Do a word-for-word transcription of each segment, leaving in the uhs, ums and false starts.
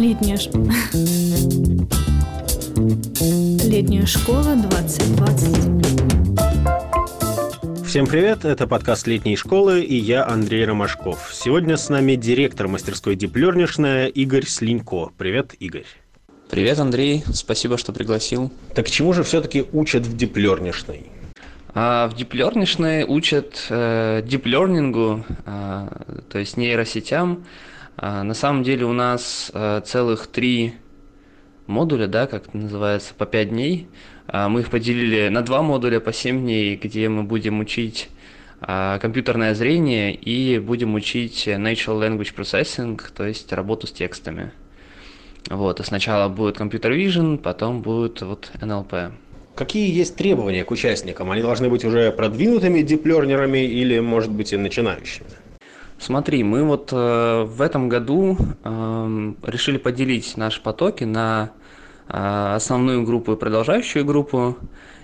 Летняя, ш... Летняя школа двадцать двадцать. Всем привет, это подкаст «Летней школы» и я, Андрей Ромашков. Сегодня с нами директор мастерской «Диплернишная» Игорь Слинько. Привет, Игорь. Привет, Андрей, спасибо, что пригласил. Так чему же все-таки учат в «Диплернишной»? А в «Диплернишной» учат э, диплернингу, э, то есть нейросетям. А, на самом деле у нас э, целых три модуля, да, как это называется, по пять дней. А, мы их поделили на два модуля по семь дней, где мы будем учить а, компьютерное зрение и будем учить Natural Language Processing, то есть работу с текстами. Вот, и сначала будет Computer Vision, потом будет вот эн эл пи. Какие есть требования к участникам? Они должны быть уже продвинутыми диплернерами или, может быть, и начинающими? Смотри, мы вот э, в этом году э, решили поделить наши потоки на э, основную группу и продолжающую группу.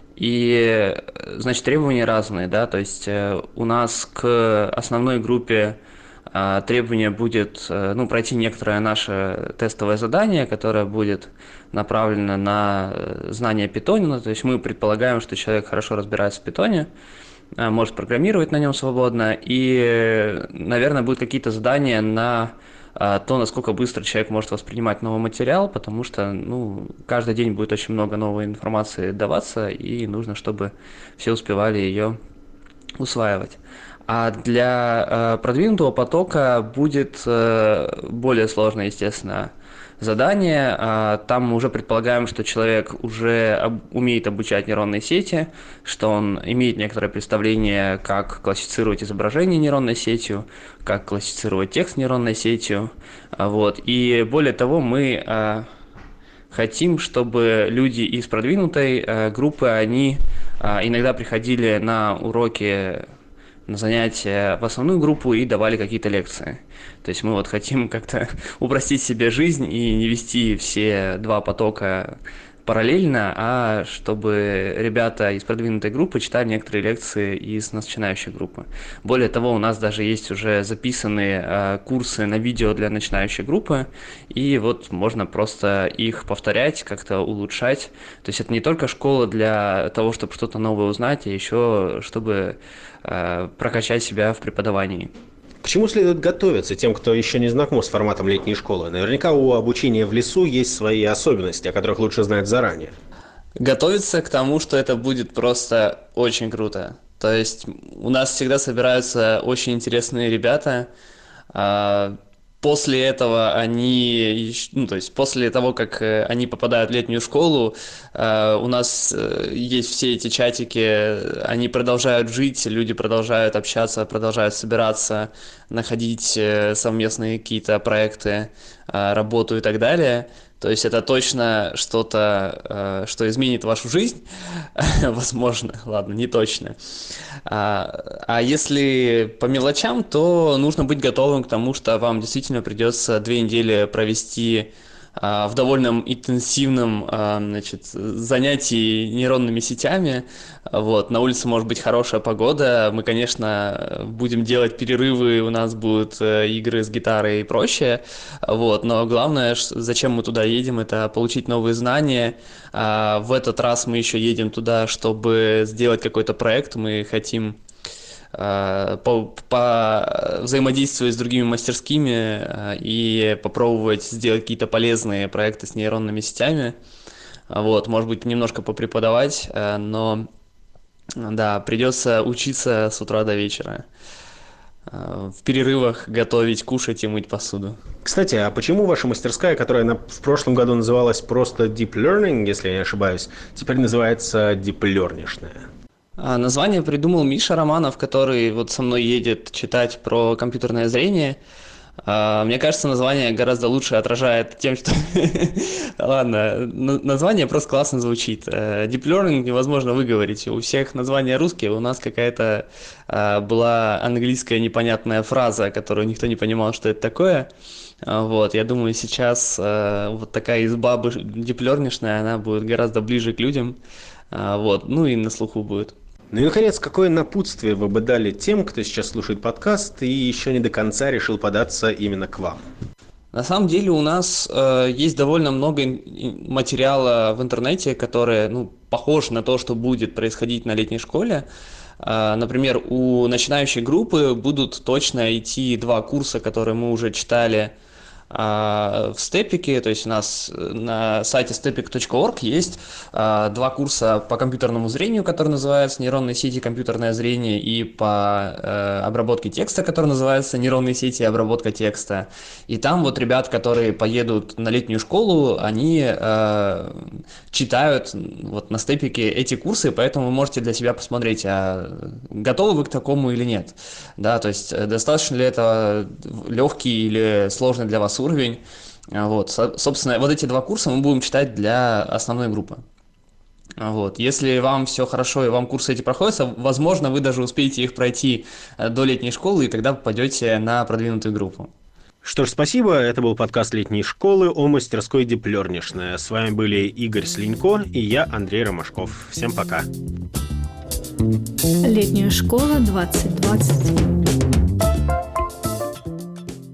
И, значит, требования разные, да, то есть э, у нас к основной группе э, требование будет, э, ну, пройти некоторое наше тестовое задание, которое будет направлено на знание питона, то есть мы предполагаем, что человек хорошо разбирается в питоне, может программировать на нем свободно, и, наверное, будут какие-то задания на то, насколько быстро человек может воспринимать новый материал, потому что, ну, каждый день будет очень много новой информации даваться, и нужно, чтобы все успевали ее усваивать. А для продвинутого потока будет более сложно, естественно, задание. Там мы уже предполагаем, что человек уже умеет обучать нейронные сети, что он имеет некоторое представление, как классифицировать изображение нейронной сетью, как классифицировать текст нейронной сетью. Вот. И более того, мы хотим, чтобы люди из продвинутой группы, они иногда приходили на уроки, на занятия в основную группу и давали какие-то лекции. То есть мы вот хотим как-то упростить себе жизнь и не вести все два потока параллельно, а чтобы ребята из продвинутой группы читали некоторые лекции из начинающей группы. Более того, у нас даже есть уже записанные э, курсы на видео для начинающей группы, и вот можно просто их повторять, как-то улучшать. То есть это не только школа для того, чтобы что-то новое узнать, а еще чтобы э, прокачать себя в преподавании. К чему следует готовиться тем, кто еще не знаком с форматом летней школы? Наверняка у обучения в лесу есть свои особенности, о которых лучше знать заранее. Готовиться к тому, что это будет просто очень круто. То есть у нас всегда собираются очень интересные ребята. После этого они, ну, то есть после того, как они попадают в летнюю школу, у нас есть все эти чатики, они продолжают жить, люди продолжают общаться, продолжают собираться, находить совместные какие-то проекты, работу и так далее. То есть это точно что-то, что изменит вашу жизнь, возможно, ладно, не точно. А, а если по мелочам, то нужно быть готовым к тому, что вам действительно придется две недели провести в довольно интенсивном, значит, занятии нейронными сетями. Вот. На улице может быть хорошая погода, мы, конечно, будем делать перерывы, у нас будут игры с гитарой и прочее, вот. Но главное, зачем мы туда едем, это получить новые знания. В этот раз мы еще едем туда, чтобы сделать какой-то проект, мы хотим По, по взаимодействовать с другими мастерскими и попробовать сделать какие-то полезные проекты с нейронными сетями. Вот, может быть, немножко попреподавать, но да, придется учиться с утра до вечера. В перерывах готовить, кушать и мыть посуду. Кстати, а почему ваша мастерская, которая на, в прошлом году называлась просто Deep Learning, если я не ошибаюсь, теперь называется Диплернишная? Название придумал Миша Романов, который вот со мной едет читать про компьютерное зрение. Мне кажется, название гораздо лучше отражает тем, что... Ладно, название просто классно звучит. Deep Learning невозможно выговорить. У всех названия русские, у нас какая-то была английская непонятная фраза, которую никто не понимал, что это такое. Вот, я думаю, сейчас вот такая изба диплернишная, она будет гораздо ближе к людям. Вот, ну и на слуху будет. Ну и, наконец, какое напутствие вы бы дали тем, кто сейчас слушает подкаст и еще не до конца решил податься именно к вам? На самом деле у нас э, есть довольно много материала в интернете, который, ну, похож на то, что будет происходить на летней школе. Э, например, у начинающей группы будут точно идти два курса, которые мы уже читали в степике, то есть у нас на сайте степик точка орг есть а, два курса по компьютерному зрению, который называется «Нейронные сети и компьютерное зрение», и по э, обработке текста, который называется «Нейронные сети и обработка текста». И там вот ребят, которые поедут на летнюю школу, они э, читают вот на степике эти курсы, поэтому вы можете для себя посмотреть, а готовы вы к такому или нет. Да, то есть достаточно ли это легкий или сложный для вас уровень. Вот, собственно, вот эти два курса мы будем читать для основной группы. Вот. Если вам все хорошо и вам курсы эти проходятся, возможно, вы даже успеете их пройти до летней школы, и тогда попадете на продвинутую группу. Что ж, спасибо. Это был подкаст летней школы о мастерской Диплернишная. С вами были Игорь Слинько и я, Андрей Ромашков. Всем пока. Летняя школа двадцать двадцать.